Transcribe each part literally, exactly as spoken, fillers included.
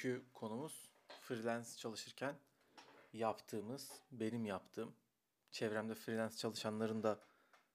Bugünkü konumuz freelance çalışırken yaptığımız, benim yaptığım, çevremde freelance çalışanların da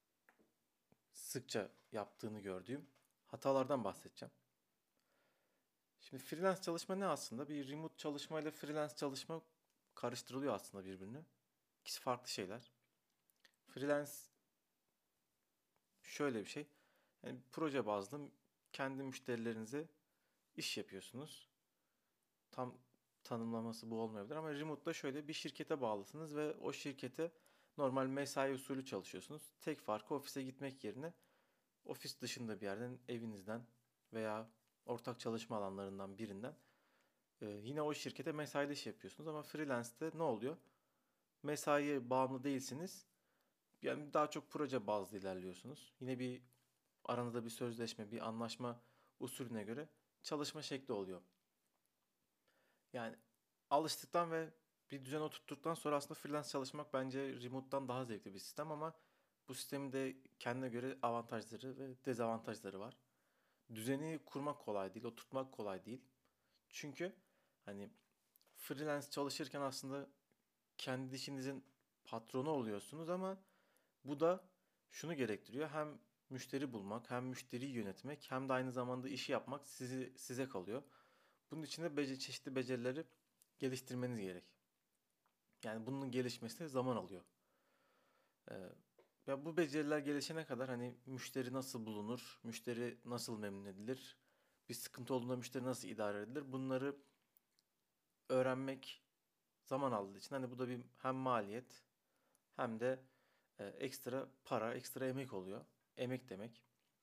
sıkça yaptığını gördüğüm hatalardan bahsedeceğim. Şimdi freelance çalışma ne aslında? Bir remote çalışma ile freelance çalışma karıştırılıyor aslında birbirine. İkisi farklı şeyler. Freelance şöyle bir şey. Yani proje bazlı kendi müşterilerinize iş yapıyorsunuz. Tam tanımlaması bu olmayabilir ama remote'da şöyle bir şirkete bağlısınız ve o şirkete normal mesai usulü çalışıyorsunuz. Tek farkı ofise gitmek yerine ofis dışında bir yerden, evinizden veya ortak çalışma alanlarından birinden e, yine o şirkete mesaide iş yapıyorsunuz. Ama freelance'de ne oluyor? Mesaiye bağımlı değilsiniz. Yani daha çok proje bazlı ilerliyorsunuz. Yine bir aranızda bir sözleşme, bir anlaşma usulüne göre çalışma şekli oluyor. Yani alıştıktan ve bir düzen oturttuktan sonra aslında freelance çalışmak bence remote'dan daha zevkli bir sistem ama bu sistemin de kendine göre avantajları ve dezavantajları var. Düzeni kurmak kolay değil, oturtmak kolay değil. Çünkü hani freelance çalışırken aslında kendi işinizin patronu oluyorsunuz ama bu da şunu gerektiriyor. Hem müşteri bulmak, hem müşteriyi yönetmek, hem de aynı zamanda işi yapmak sizi, size kalıyor. Bunun için de bece, çeşitli becerileri geliştirmeniz gerek. Yani bunun gelişmesi zaman alıyor. Ee, Ya bu beceriler gelişene kadar hani müşteri nasıl bulunur, müşteri nasıl memnun edilir, bir sıkıntı olduğunda müşteri nasıl idare edilir, bunları öğrenmek zaman aldığı için hani bu da bir hem maliyet hem de e, ekstra para, ekstra emek oluyor. Emek demek.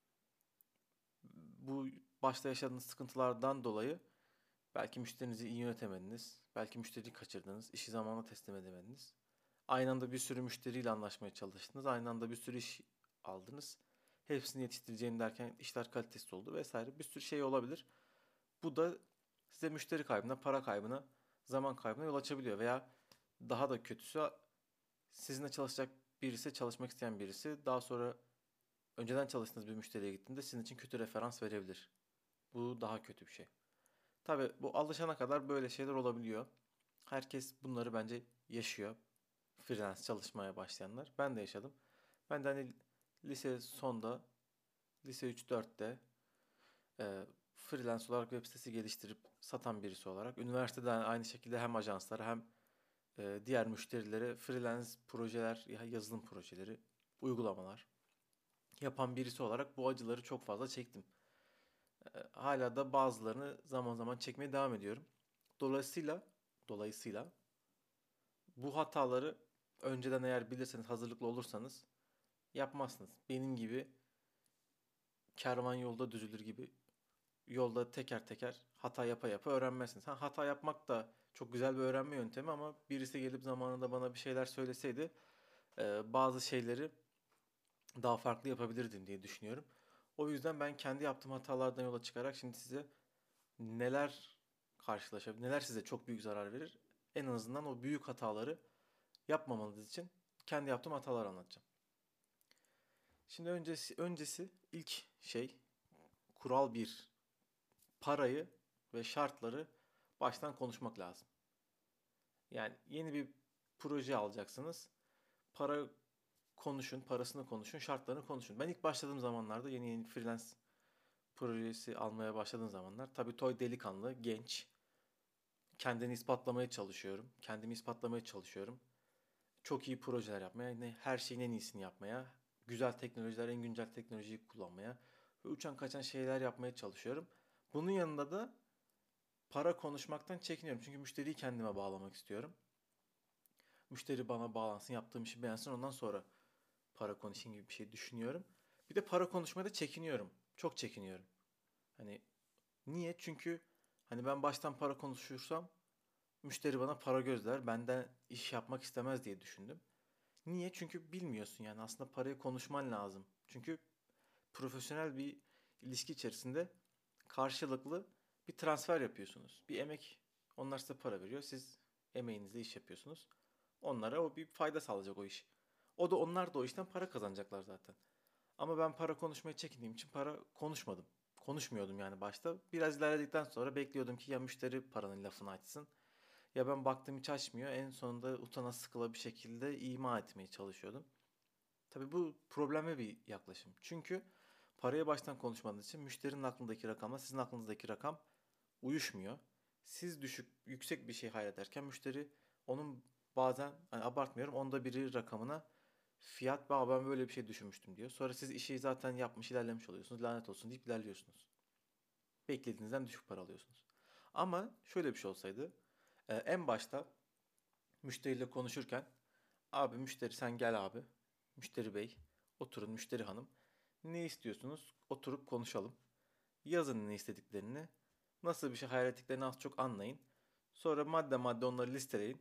Bu başta yaşadığınız sıkıntılardan dolayı belki müşterinizi iyi yönetemediniz, belki müşteriyi kaçırdınız, işi zamanında teslim edemediniz. Aynı anda bir sürü müşteriyle anlaşmaya çalıştınız. Aynı anda bir sürü iş aldınız. Hepsini yetiştireceğim derken işler kalitesiz oldu vesaire. Bir sürü şey olabilir. Bu da size müşteri kaybına, para kaybına, zaman kaybına yol açabiliyor. Veya daha da kötüsü sizinle çalışacak birisi, çalışmak isteyen birisi daha sonra önceden çalıştığınız bir müşteriye gittiğinde sizin için kötü referans verebilir. Bu daha kötü bir şey. Tabii bu alışana kadar böyle şeyler olabiliyor. Herkes bunları bence yaşıyor. Freelance çalışmaya başlayanlar. Ben de yaşadım. Ben de hani lise sonda, lise üç dörtte e, freelance olarak web sitesi geliştirip satan birisi olarak üniversitede aynı şekilde hem ajanslara hem e, diğer müşterilere freelance projeler, ya yazılım projeleri, uygulamalar yapan birisi olarak bu acıları çok fazla çektim. E, hala da bazılarını zaman zaman çekmeye devam ediyorum. Dolayısıyla dolayısıyla bu hataları önceden eğer bilirseniz, hazırlıklı olursanız yapmazsınız. Benim gibi kervan yolda düzülür gibi yolda teker teker hata yapa yapa öğrenmezsiniz. Ha, hata yapmak da çok güzel bir öğrenme yöntemi ama birisi gelip zamanında bana bir şeyler söyleseydi e, bazı şeyleri daha farklı yapabilirdim diye düşünüyorum. O yüzden ben kendi yaptığım hatalardan yola çıkarak şimdi size neler karşılaşabilir, neler size çok büyük zarar verir. En azından o büyük hataları yapmamanız için kendi yaptığım hataları anlatacağım. Şimdi öncesi, öncesi ilk şey kural bir. Parayı ve şartları baştan konuşmak lazım. Yani yeni bir proje alacaksınız. Para konuşun, parasını konuşun, şartlarını konuşun. Ben ilk başladığım zamanlarda yeni yeni freelance projesi almaya başladığım zamanlar tabii toy delikanlı, genç. Kendini ispatlamaya çalışıyorum. Kendimi ispatlamaya çalışıyorum. Çok iyi projeler yapmaya, ne her şeyin en iyisini yapmaya, güzel teknolojiler, en güncel teknolojiyi kullanmaya ve uçan kaçan şeyler yapmaya çalışıyorum. Bunun yanında da para konuşmaktan çekiniyorum. Çünkü müşteriyi kendime bağlamak istiyorum. Müşteri bana bağlansın, yaptığım işi beğensin, ondan sonra para konuşayım gibi bir şey düşünüyorum. Bir de para konuşmaya da çekiniyorum. Çok çekiniyorum. Hani niye? Çünkü hani ben baştan para konuşursam müşteri bana para gözler, benden iş yapmak istemez diye düşündüm. Niye? Çünkü bilmiyorsun yani aslında parayı konuşman lazım. Çünkü profesyonel bir ilişki içerisinde karşılıklı bir transfer yapıyorsunuz. Bir emek, onlar size para veriyor. Siz emeğinizle iş yapıyorsunuz. Onlara o bir fayda sağlayacak o iş. O da onlar da o işten para kazanacaklar zaten. Ama ben para konuşmaya çekindiğim için para konuşmadım. konuşmuyordum yani başta. Biraz ilerledikten sonra bekliyordum ki ya müşteri paranın lafını açsın. Ya ben baktım hiç açmıyor. En sonunda utana sıkıla bir şekilde ima etmeye çalışıyordum. Tabii bu probleme bir yaklaşım. Çünkü parayı baştan konuşmadığınız için müşterinin aklındaki rakamla sizin aklınızdaki rakam uyuşmuyor. Siz düşük, yüksek bir şey hayal ederken müşteri onun bazen hani abartmıyorum onda biri rakamına fiyat "Aa, ben böyle bir şey düşünmüştüm" diyor. Sonra siz işi zaten yapmış ilerlemiş oluyorsunuz. Lanet olsun deyip ilerliyorsunuz. Beklediğinizden düşük para alıyorsunuz. Ama şöyle bir şey olsaydı e, en başta müşteriyle konuşurken abi müşteri sen gel abi. Müşteri bey oturun müşteri hanım. Ne istiyorsunuz? Oturup konuşalım. Yazın ne istediklerini. Nasıl bir şey hayal ettiklerini az çok anlayın. Sonra madde madde onları listeleyin.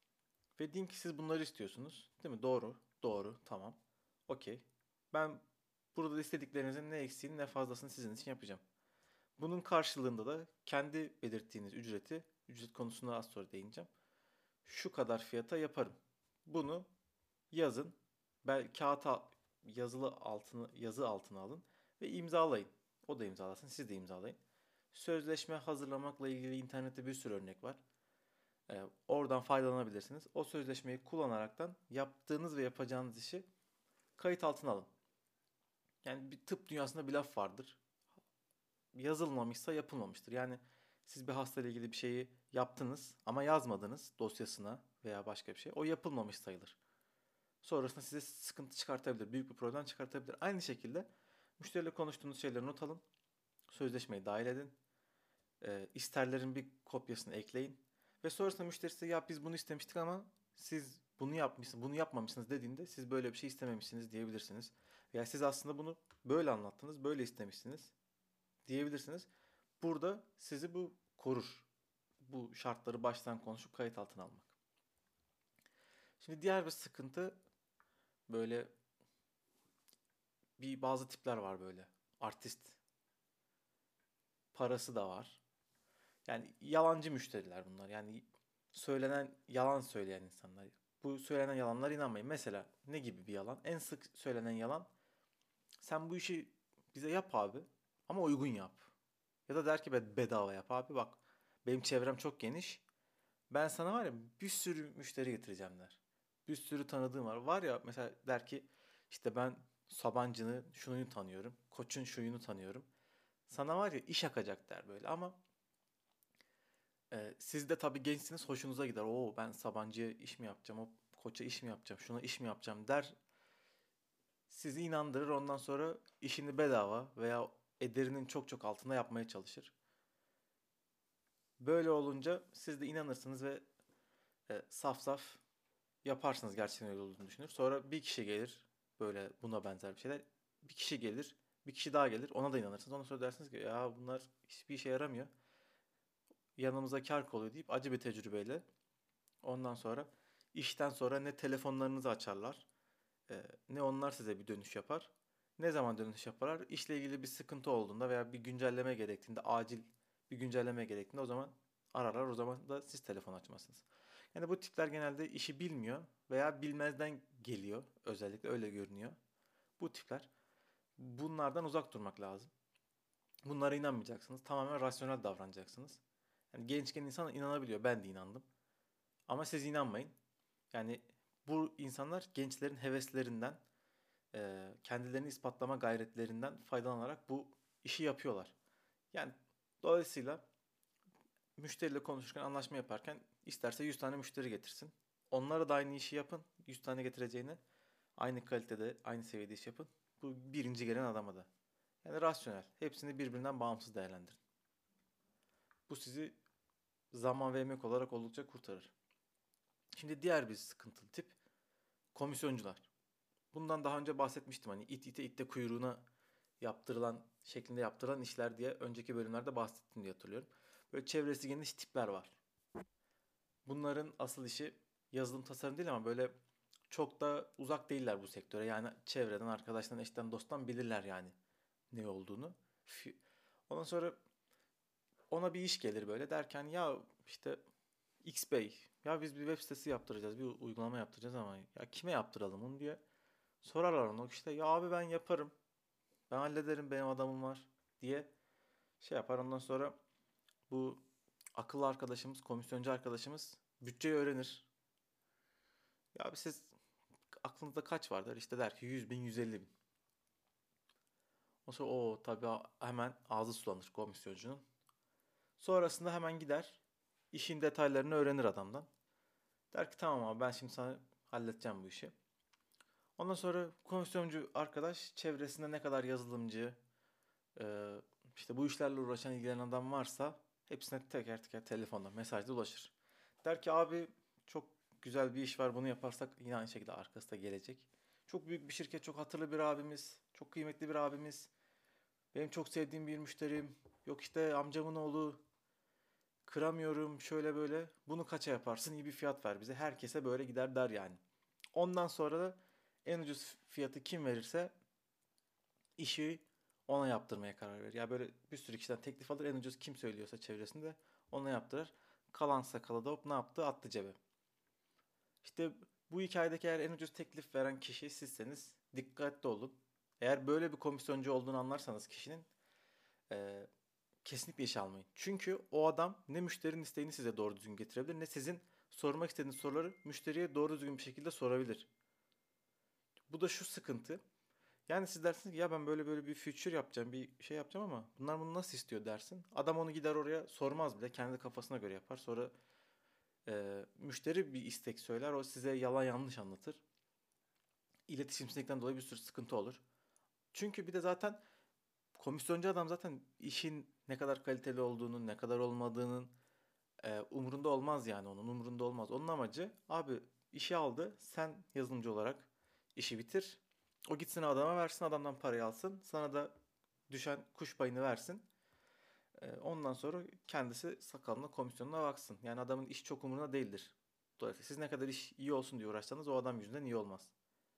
Ve deyin ki siz bunları istiyorsunuz. Değil mi? Doğru. Doğru. Tamam. Okey. Ben burada istediklerinizin ne eksiğini ne fazlasını sizin için yapacağım. Bunun karşılığında da kendi belirttiğiniz ücreti, ücret konusuna az sonra değineceğim. Şu kadar fiyata yaparım. Bunu yazın. Bel kağıta yazılı altını yazı altına alın ve imzalayın. O da imzalasın, siz de imzalayın. Sözleşme hazırlamakla ilgili internette bir sürü örnek var. Ee, oradan faydalanabilirsiniz. O sözleşmeyi kullanaraktan yaptığınız ve yapacağınız işi kayıt altına alın. Yani bir tıp dünyasında bir laf vardır. Yazılmamışsa yapılmamıştır. Yani siz bir hastayla ilgili bir şeyi yaptınız ama yazmadınız dosyasına veya başka bir şey. O yapılmamış sayılır. Sonrasında size sıkıntı çıkartabilir, büyük bir problem çıkartabilir. Aynı şekilde müşteriyle konuştuğunuz şeyleri not alın, sözleşmeyi dahil edin, e, isterlerin bir kopyasını ekleyin ve sonrasında müşteri size ya biz bunu istemiştik ama siz bunu yapmışsınız, bunu yapmamışsınız dediğinde siz böyle bir şey istememişsiniz diyebilirsiniz. Veya siz aslında bunu böyle anlattınız, böyle istemişsiniz diyebilirsiniz. Burada sizi bu korur. Bu şartları baştan konuşup kayıt altına almak. Şimdi diğer bir sıkıntı böyle bir bazı tipler var böyle. Artist parası da var. Yani yalancı müşteriler bunlar. Yani söylenen yalan söyleyen insanlar. Bu söylenen yalanlara inanmayın. Mesela ne gibi bir yalan? En sık söylenen yalan sen bu işi bize yap abi ama uygun yap. Ya da der ki bedava yap abi bak benim çevrem çok geniş. Ben sana var ya bir sürü müşteri getireceğim der. Bir sürü tanıdığım var. Var ya mesela der ki işte ben Sabancı'nın şunu tanıyorum. Koç'un şuyunu tanıyorum. Sana var ya iş akacak der böyle ama e, siz de tabii gençsiniz hoşunuza gider. Oo ben Sabancı'ya iş mi yapacağım? O Koç'a iş mi yapacağım? Şuna iş mi yapacağım der. Sizi inandırır ondan sonra işini bedava veya ederinin çok çok altında yapmaya çalışır. Böyle olunca siz de inanırsınız ve e, saf saf yaparsınız gerçekten öyle olduğunu düşünür. Sonra bir kişi gelir böyle buna benzer bir şeyler. Bir kişi gelir, bir kişi daha gelir. Ona da inanırsınız. Ondan sonra dersiniz ki ya bunlar hiçbir işe yaramıyor. Yanımıza kar kalıyor deyip acı bir tecrübeyle ondan sonra işten sonra ne telefonlarınızı açarlar, e, ne onlar size bir dönüş yapar. Ne zaman dönüş yaparlar? İşle ilgili bir sıkıntı olduğunda veya bir güncelleme gerektiğinde, acil bir güncelleme gerektiğinde o zaman ararlar. O zaman da siz telefon açmazsınız. Yani bu tipler genelde işi bilmiyor veya bilmezden geliyor. Özellikle öyle görünüyor. Bu tipler. Bunlardan uzak durmak lazım. Bunlara inanmayacaksınız. Tamamen rasyonel davranacaksınız. Yani gençken insan inanabiliyor. Ben de inandım. Ama siz inanmayın. Yani bu insanlar gençlerin heveslerinden, e, kendilerini ispatlama gayretlerinden faydalanarak bu işi yapıyorlar. Yani dolayısıyla müşteriyle konuşurken, anlaşma yaparken isterse yüz tane müşteri getirsin. Onlara da aynı işi yapın. yüz tane getireceğine aynı kalitede, aynı seviyede iş yapın. Bu birinci gelen adama da. Yani rasyonel. Hepsini birbirinden bağımsız değerlendirin. Bu sizi zaman ve emek olarak oldukça kurtarır. Şimdi diğer bir sıkıntılı tip komisyoncular. Bundan daha önce bahsetmiştim hani it ite itte kuyruğuna yaptırılan şeklinde yaptırılan işler diye önceki bölümlerde bahsettim diye hatırlıyorum. Böyle çevresi geniş tipler var. Bunların asıl işi yazılım tasarım değil ama böyle çok da uzak değiller bu sektöre. Yani çevreden, arkadaştan, eşten, dosttan bilirler yani ne olduğunu. Ondan sonra ona bir iş gelir böyle derken ya işte X Bey ya biz bir web sitesi yaptıracağız, bir uygulama yaptıracağız ama ya kime yaptıralım onu diye sorarlar ona işte ya abi ben yaparım, ben hallederim benim adamım var diye Şey yapar, ondan sonra bu akıllı arkadaşımız, komisyoncu arkadaşımız bütçeyi öğrenir. Ya abi siz aklınızda kaç vardır? İşte der ki yüz bin, yüz elli bin. O sonra o tabii hemen ağzı sulanır komisyoncunun. Sonrasında hemen gider, işin detaylarını öğrenir adamdan. Der ki tamam abi ben şimdi sana halledeceğim bu işi. Ondan sonra komisyoncu arkadaş çevresinde ne kadar yazılımcı, e, işte bu işlerle uğraşan ilgilenen adam varsa hepsine teker teker telefonla, mesajla ulaşır. Der ki abi çok güzel bir iş var, bunu yaparsak yine aynı şekilde arkası da gelecek. Çok büyük bir şirket, çok hatırlı bir abimiz, çok kıymetli bir abimiz. Benim çok sevdiğim bir müşterim. Yok işte amcamın oğlu, kıramıyorum şöyle böyle. Bunu kaça yaparsın, iyi bir fiyat ver bize. Herkese böyle gider der yani. Ondan sonra da en ucuz fiyatı kim verirse işi ona yaptırmaya karar verir. Ya böyle bir sürü kişiden teklif alır, en ucuz kim söylüyorsa çevresinde ona yaptırır. Kalan sakalı da hop ne yaptı? Attı cebe. İşte bu hikayedeki eğer en ucuz teklif veren kişi sizseniz dikkatli olun. Eğer böyle bir komisyoncu olduğunu anlarsanız kişinin eee, kesinlikle işe almayın. Çünkü o adam ne müşterinin isteğini size doğru düzgün getirebilir ne sizin sormak istediğiniz soruları müşteriye doğru düzgün bir şekilde sorabilir. Bu da şu sıkıntı. Yani siz dersiniz ki ya ben böyle böyle bir feature yapacağım, bir şey yapacağım ama bunlar bunu nasıl istiyor dersin. Adam onu gider oraya sormaz bile, kendi kafasına göre yapar. Sonra e, müşteri bir istek söyler, o size yalan yanlış anlatır. İletişimsizlikten dolayı bir sürü sıkıntı olur. Çünkü bir de zaten komisyoncu adam zaten işin ne kadar kaliteli olduğunu, ne kadar olmadığının e, umurunda olmaz yani onun umurunda olmaz. Onun amacı abi işi aldı, sen yazılımcı olarak işi bitir. O gitsin adama versin, adamdan parayı alsın. Sana da düşen kuş payını versin. Ee, ondan sonra kendisi sakalına, komisyonuna baksın. Yani adamın iş çok umurunda değildir. Dolayısıyla siz ne kadar iş iyi olsun diye uğraşsanız o adam yüzünden iyi olmaz.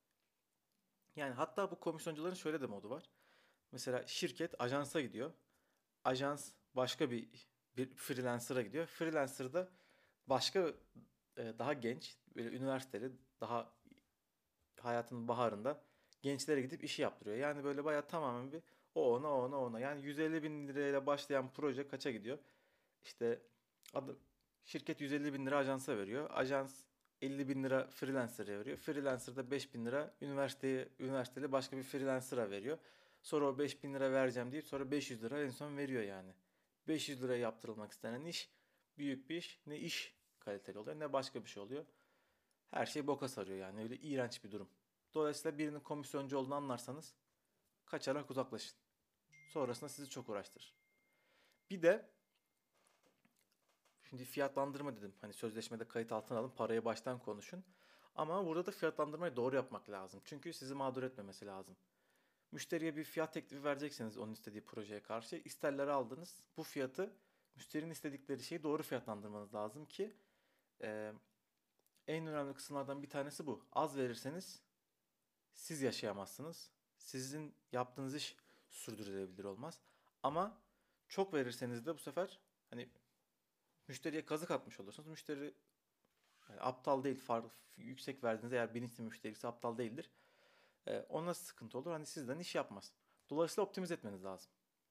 Yani hatta bu komisyoncuların şöyle de modu var. Mesela şirket ajansa gidiyor. Ajans başka bir bir freelancer'a gidiyor. Freelancer da başka e, daha genç, böyle üniversiteli, daha hayatının baharında gençlere gidip işi yaptırıyor. Yani böyle bayağı tamamen bir o ona o ona o ona. Yani yüz elli bin lirayla başlayan proje kaça gidiyor? İşte adı, şirket yüz elli bin lira ajansa veriyor. Ajans elli bin lira freelancer'a veriyor. Freelancer da beş bin lira üniversiteye, üniversiteli başka bir freelancer'a veriyor. Sonra o beş bin lira vereceğim deyip sonra beş yüz lira en son veriyor yani. beş yüz liraya yaptırılmak istenen iş büyük bir iş. Ne iş kaliteli oluyor ne başka bir şey oluyor. Her şey boka sarıyor yani öyle iğrenç bir durum. Dolayısıyla birinin komisyoncu olduğunu anlarsanız kaçarak uzaklaşın. Sonrasında sizi çok uğraştırır. Bir de şimdi fiyatlandırma dedim. Hani sözleşmede kayıt altına alın, parayı baştan konuşun. Ama burada da fiyatlandırmayı doğru yapmak lazım. Çünkü sizi mağdur etmemesi lazım. Müşteriye bir fiyat teklifi verecekseniz onun istediği projeye karşı isterleri aldınız. Bu fiyatı müşterinin istedikleri şeyi doğru fiyatlandırmanız lazım ki e, en önemli kısımlardan bir tanesi bu. Az verirseniz siz yaşayamazsınız. Sizin yaptığınız iş sürdürülebilir olmaz. Ama çok verirseniz de bu sefer hani müşteriye kazık atmış olursunuz. Müşteri yani aptal değil. Far, yüksek verdiğinizde eğer bilinçli müşterisi aptal değildir. Ee, ona sıkıntı olur. Hani sizden iş yapmaz. Dolayısıyla optimize etmeniz lazım.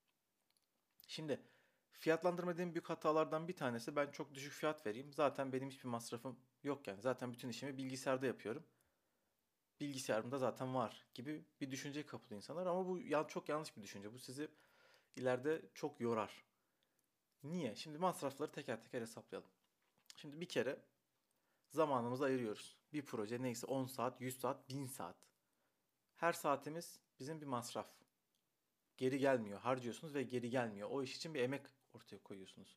Şimdi fiyatlandırma dediğim büyük hatalardan bir tanesi ben çok düşük fiyat vereyim. Zaten benim hiçbir masrafım yok yani. Zaten bütün işimi bilgisayarda yapıyorum. Bilgisayarımda zaten var gibi bir düşünceye kapılıyor insanlar ama bu ya çok yanlış bir düşünce. Bu sizi ileride çok yorar. Niye? Şimdi masrafları teker teker hesaplayalım. Şimdi bir kere zamanımızı ayırıyoruz. Bir proje neyse on saat, yüz saat, bin saat. Her saatimiz bizim bir masraf. Geri gelmiyor. Harcıyorsunuz ve geri gelmiyor. O iş için bir emek ortaya koyuyorsunuz.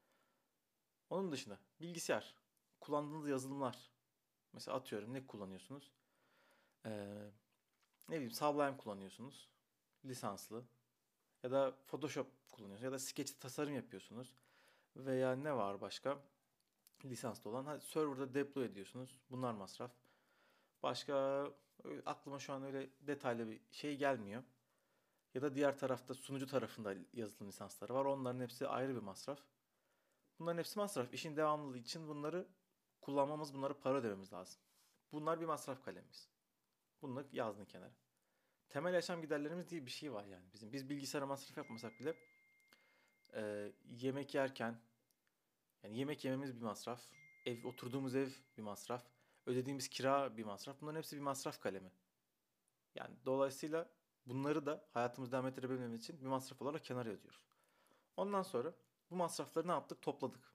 Onun dışında bilgisayar, kullandığınız yazılımlar. Mesela atıyorum ne kullanıyorsunuz? Ee, ne bileyim Sublime kullanıyorsunuz. Lisanslı. Ya da Photoshop kullanıyorsunuz. Ya da Sketch tasarım yapıyorsunuz. Veya ne var başka? Lisanslı olan. Hadi serverda deploy ediyorsunuz. Bunlar masraf. Başka aklıma şu an öyle detaylı bir şey gelmiyor. Ya da diğer tarafta sunucu tarafında yazılım lisansları var. Onların hepsi ayrı bir masraf. Bunların hepsi masraf. İşin devamlılığı için bunları kullanmamız, bunları para ödememiz lazım. Bunlar bir masraf kalemimiz. Bunları yazdın kenara. Temel yaşam giderlerimiz diye bir şey var yani bizim. Biz bilgisayara masraf yapmasak bile Ee, yemek yerken, yani yemek yememiz bir masraf. Ev, oturduğumuz ev bir masraf. Ödediğimiz kira bir masraf. Bunların hepsi bir masraf kalemi. Yani dolayısıyla bunları da hayatımızı devam ettirebilmemiz için bir masraf olarak kenara yazıyoruz. Ondan sonra bu masrafları ne yaptık? Topladık.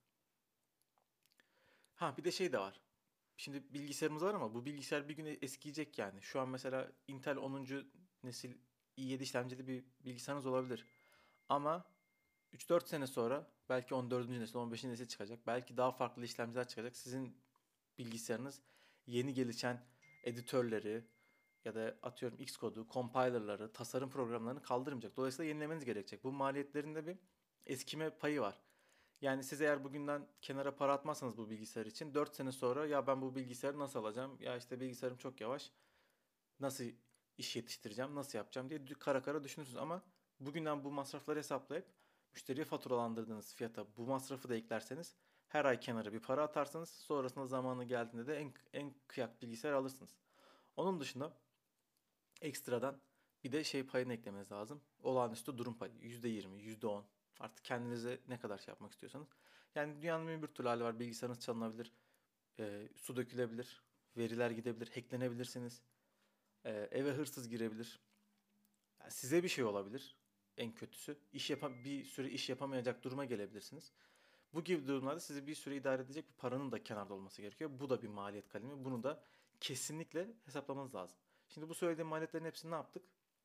Ha bir de şey de var. Şimdi bilgisayarımız var ama bu bilgisayar bir gün eskiyecek yani. Şu an mesela Intel onuncu nesil i yedi işlemcili bir bilgisayarınız olabilir. Ama üç dört sene sonra belki on dördüncü nesil, on beşinci nesil çıkacak. Belki daha farklı işlemciler çıkacak. Sizin bilgisayarınız yeni gelişen editörleri ya da atıyorum Xcode'u, compiler'ları, tasarım programlarını kaldırmayacak. Dolayısıyla yenilemeniz gerekecek. Bu maliyetlerinde bir eskime payı var. Yani siz eğer bugünden kenara para atmazsanız bu bilgisayar için dört sene sonra ya ben bu bilgisayarı nasıl alacağım? Ya işte bilgisayarım çok yavaş. Nasıl iş yetiştireceğim? Nasıl yapacağım diye kara kara düşünürsünüz ama bugünden bu masrafları hesaplayıp müşteriye faturalandırdığınız fiyata bu masrafı da eklerseniz her ay kenara bir para atarsanız sonrasında zamanı geldiğinde de en, en kıyak bilgisayar alırsınız. Onun dışında ekstradan bir de şey payını eklemeniz lazım. Olağanüstü durum payı. yüzde yirmi, yüzde on. Artık kendinize ne kadar şey yapmak istiyorsanız. Yani dünyanın bin bir türlü hali var. Bilgisayarınız çalınabilir. E, su dökülebilir. Veriler gidebilir. Hacklenebilirsiniz. E, eve hırsız girebilir. Yani size bir şey olabilir. En kötüsü. İş yapa bir süre iş yapamayacak duruma gelebilirsiniz. Bu gibi durumlarda sizi bir süre idare edecek bir paranın da kenarda olması gerekiyor. Bu da bir maliyet kalemi. Bunu da kesinlikle hesaplamanız lazım. Şimdi bu söylediğim maliyetlerin hepsini ne yaptık?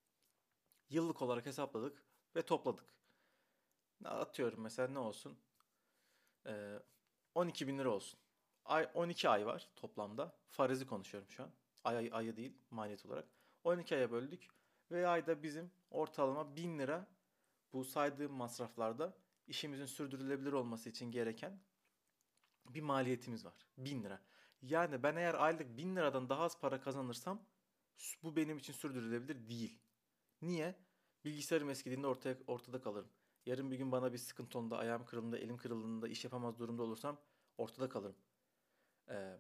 Yıllık olarak hesapladık ve topladık. Atıyorum mesela ne olsun? Ee, on iki bin lira olsun. Ay, on iki ay var toplamda. Farazi konuşuyorum şu an. Ay, ay, ayı değil maliyet olarak. on iki aya böldük ve ayda bizim ortalama bin lira bu saydığım masraflarda işimizin sürdürülebilir olması için gereken bir maliyetimiz var. bin lira. Yani ben eğer aylık bin liradan daha az para kazanırsam bu benim için sürdürülebilir değil. Niye? Bilgisayarım eskidiğinde ortaya, ortada kalırım. Yarın bir gün bana bir sıkıntı onda, ayağım kırıldığında, elim kırıldığında, iş yapamaz durumda olursam ortada kalırım. Ee,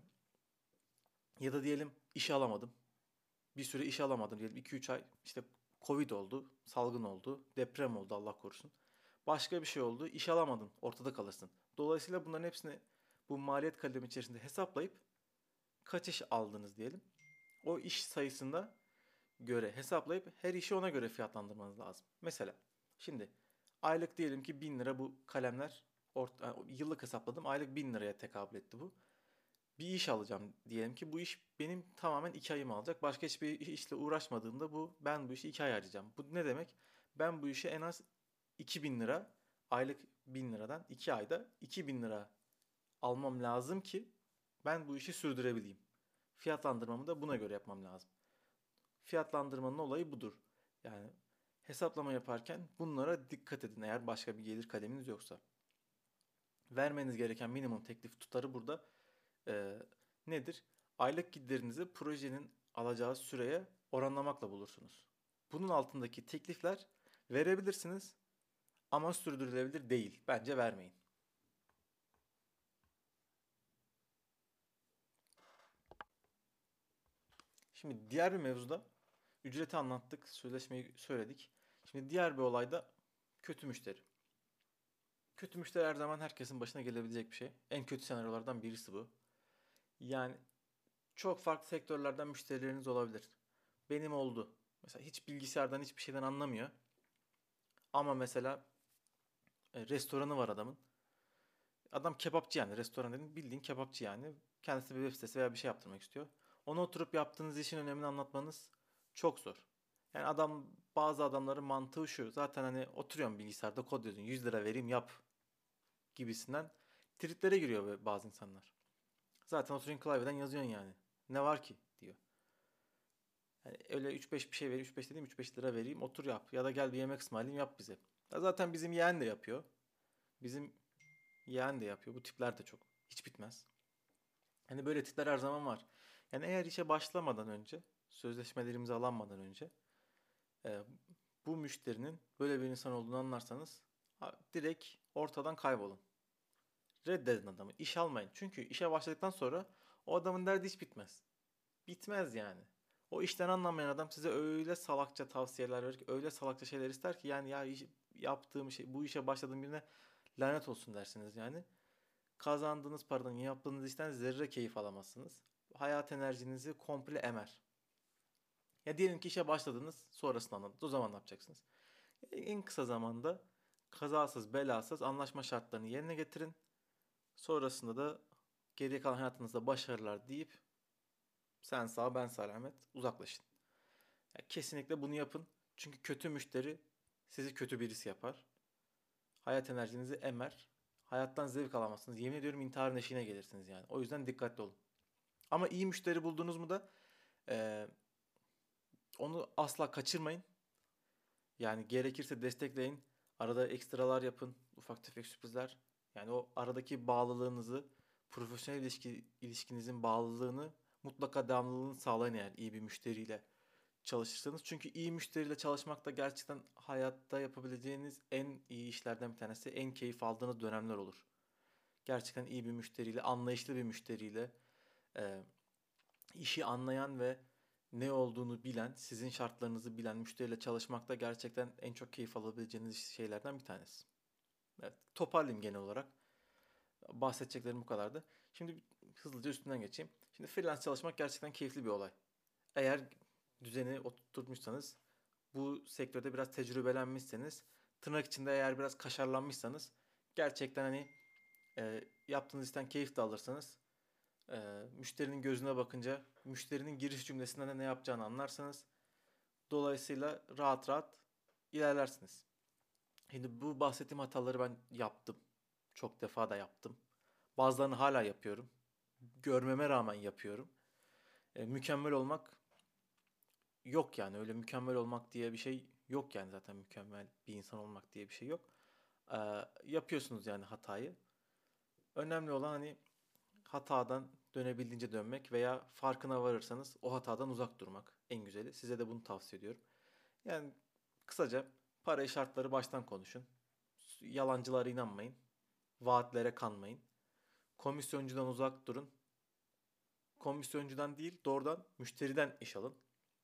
ya da diyelim iş alamadım. Bir süre iş alamadım diyelim iki üç ay işte Covid oldu, salgın oldu, deprem oldu Allah korusun. Başka bir şey oldu, iş alamadın, ortada kalırsın. Dolayısıyla bunların hepsini bu maliyet kalemi içerisinde hesaplayıp kaç iş aldınız diyelim. O iş sayısında göre hesaplayıp her işi ona göre fiyatlandırmanız lazım. Mesela şimdi aylık diyelim ki bin lira bu kalemler orta, yıllık hesapladım aylık bin liraya tekabül etti bu. Bir iş alacağım diyelim ki bu iş benim tamamen iki ayımı alacak. Başka hiçbir işle uğraşmadığımda bu ben bu işi iki ay harcayacağım. Bu ne demek? Ben bu işe en az iki bin lira aylık bin liradan iki ayda iki bin lira almam lazım ki ben bu işi sürdürebileyim. Fiyatlandırmamı da buna göre yapmam lazım. Fiyatlandırmanın olayı budur. Yani hesaplama yaparken bunlara dikkat edin eğer başka bir gelir kaleminiz yoksa. Vermeniz gereken minimum teklif tutarı burada e, nedir? Aylık giderinizi projenin alacağı süreye oranlamakla bulursunuz. Bunun altındaki teklifler verebilirsiniz ama sürdürülebilir değil. Bence vermeyin. Şimdi diğer bir mevzuda ücreti anlattık, sözleşmeyi söyledik. Şimdi diğer bir olayda kötü müşteri. Kötü müşteri her zaman herkesin başına gelebilecek bir şey. En kötü senaryolardan birisi bu. Yani çok farklı sektörlerden müşterileriniz olabilir. Benim oldu. Mesela hiç bilgisayardan hiçbir şeyden anlamıyor. Ama mesela e, restoranı var adamın. Adam kebapçı yani restoran dedim bildiğin kebapçı yani. Kendisi bir web sitesi veya bir şey yaptırmak istiyor. Ona oturup yaptığınız işin önemini anlatmanız çok zor. Yani adam bazı adamların mantığı şu. Zaten hani oturuyorsun bilgisayarda kod yazıyorsun. yüz lira vereyim yap gibisinden triplere giriyor bazı insanlar. Zaten oturuyorsun klavyeden yazıyorsun yani. Ne var ki diyor. Yani öyle üç beş bir şey vereyim. üç beş dediğim üç beş lira vereyim otur yap. Ya da gel bir yemek ısmarlayayım yap bize. Ya zaten bizim yeğen de yapıyor. Bizim yeğen de yapıyor. Bu tipler de çok. Hiç bitmez. Hani böyle tipler her zaman var. Yani eğer işe başlamadan önce, sözleşmeler imzalanmadan önce e, bu müşterinin böyle bir insan olduğunu anlarsanız direkt ortadan kaybolun. Reddedin adamı. İş almayın. Çünkü işe başladıktan sonra o adamın derdi hiç bitmez. Bitmez yani. O işten anlamayan adam size öyle salakça tavsiyeler verir ki, öyle salakça şeyler ister ki yani ya iş- yaptığım şey, bu işe başladığım birine lanet olsun dersiniz yani. Kazandığınız paradan, yaptığınız işten zerre keyif alamazsınız. Hayat enerjinizi komple emer. Ya diyelim ki işe başladınız, sonrasını anladınız. O zaman ne yapacaksınız? En kısa zamanda kazasız belasız anlaşma şartlarını yerine getirin. Sonrasında da geriye kalan hayatınızda başarılar deyip sen sağ ben selamet uzaklaşın. Yani kesinlikle bunu yapın. Çünkü kötü müşteri sizi kötü birisi yapar. Hayat enerjinizi emer. Hayattan zevk alamazsınız. Yemin ediyorum intiharın eşiğine gelirsiniz yani. O yüzden dikkatli olun. Ama iyi müşteri buldunuz mu da eee, onu asla kaçırmayın. Yani gerekirse destekleyin. Arada ekstralar yapın. Ufak tefek sürprizler. Yani o aradaki bağlılığınızı, profesyonel ilişki, ilişkinizin bağlılığını mutlaka devamlılığını sağlayın eğer iyi bir müşteriyle çalışırsanız. Çünkü iyi müşteriyle çalışmak da gerçekten hayatta yapabileceğiniz en iyi işlerden bir tanesi. En keyif aldığınız dönemler olur. Gerçekten iyi bir müşteriyle, anlayışlı bir müşteriyle, e, işi anlayan ve ne olduğunu bilen, sizin şartlarınızı bilen müşteriyle çalışmak da gerçekten en çok keyif alabileceğiniz şeylerden bir tanesi. Evet, toparlayayım genel olarak. Bahsedeceklerim bu kadardı. Şimdi hızlıca üstünden geçeyim. Şimdi freelance çalışmak gerçekten keyifli bir olay. Eğer düzeni oturtmuşsanız, bu sektörde biraz tecrübelenmişseniz, tırnak içinde eğer biraz kaşarlanmışsanız, gerçekten hani e, yaptığınız işten keyif de alırsanız, e, müşterinin gözüne bakınca, müşterinin giriş cümlesinden de ne yapacağını anlarsanız, dolayısıyla rahat rahat ilerlersiniz. Şimdi bu bahsettiğim hataları ben yaptım. Çok defa da yaptım. Bazılarını hala yapıyorum. Görmeme rağmen yapıyorum. E, mükemmel olmak yok yani. Öyle mükemmel olmak diye bir şey yok yani, zaten mükemmel bir insan olmak diye bir şey yok. E, yapıyorsunuz yani hatayı. Önemli olan hani hatadan dönebildiğince dönmek veya farkına varırsanız o hatadan uzak durmak en güzeli. Size de bunu tavsiye ediyorum. Yani kısaca para şartları baştan konuşun. Yalancılara inanmayın. Vaatlere kanmayın. Komisyoncudan uzak durun. Komisyoncudan değil, doğrudan müşteriden iş alın.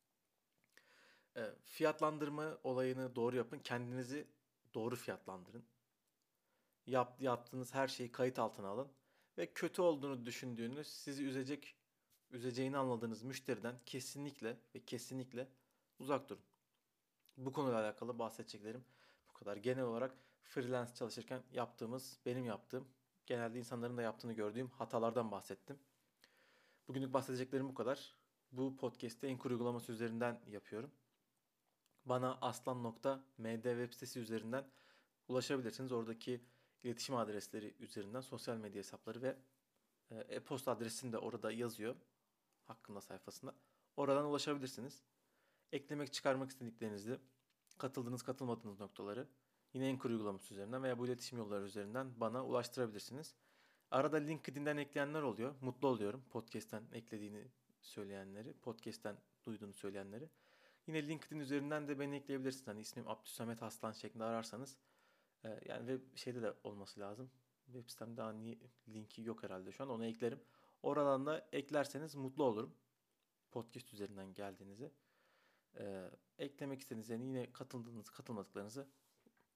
E, fiyatlandırma olayını doğru yapın. Kendinizi doğru fiyatlandırın. Yap, yaptığınız her şeyi kayıt altına alın. Ve kötü olduğunu düşündüğünüz, sizi üzecek, üzeceğini anladığınız müşteriden kesinlikle ve kesinlikle uzak durun. Bu konuyla alakalı bahsedeceklerim bu kadar. Genel olarak freelance çalışırken yaptığımız, benim yaptığım, genelde insanların da yaptığını gördüğüm hatalardan bahsettim. Bugünlük bahsedeceklerim bu kadar. Bu podcast'i Anchor uygulaması üzerinden yapıyorum. Bana aslan nokta m d web sitesi üzerinden ulaşabilirsiniz. Oradaki iletişim adresleri üzerinden sosyal medya hesapları ve e, e-posta adresini de orada yazıyor. Hakkında sayfasında. Oradan ulaşabilirsiniz. Eklemek, çıkarmak istediklerinizi, katıldığınız, katılmadığınız noktaları yine Anchor uygulaması üzerinden veya bu iletişim yolları üzerinden bana ulaştırabilirsiniz. Arada LinkedIn'den ekleyenler oluyor. Mutlu oluyorum podcast'ten eklediğini söyleyenleri, podcast'ten duyduğunu söyleyenleri. Yine LinkedIn üzerinden de beni ekleyebilirsiniz. Hani ismim Abdüsamet Aslan şeklinde ararsanız. e, yani web şeyde de olması lazım. Web sitemde hani linki yok herhalde şu an. Onu eklerim. Oradan da eklerseniz mutlu olurum. Podcast üzerinden geldiğinizi. E, eklemek istediğiniz yani yine katıldığınız, katılmadıklarınızı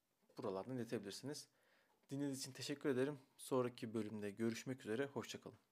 buralardan iletebilirsiniz. Dinlediğiniz için teşekkür ederim. Sonraki bölümde görüşmek üzere. Hoşçakalın.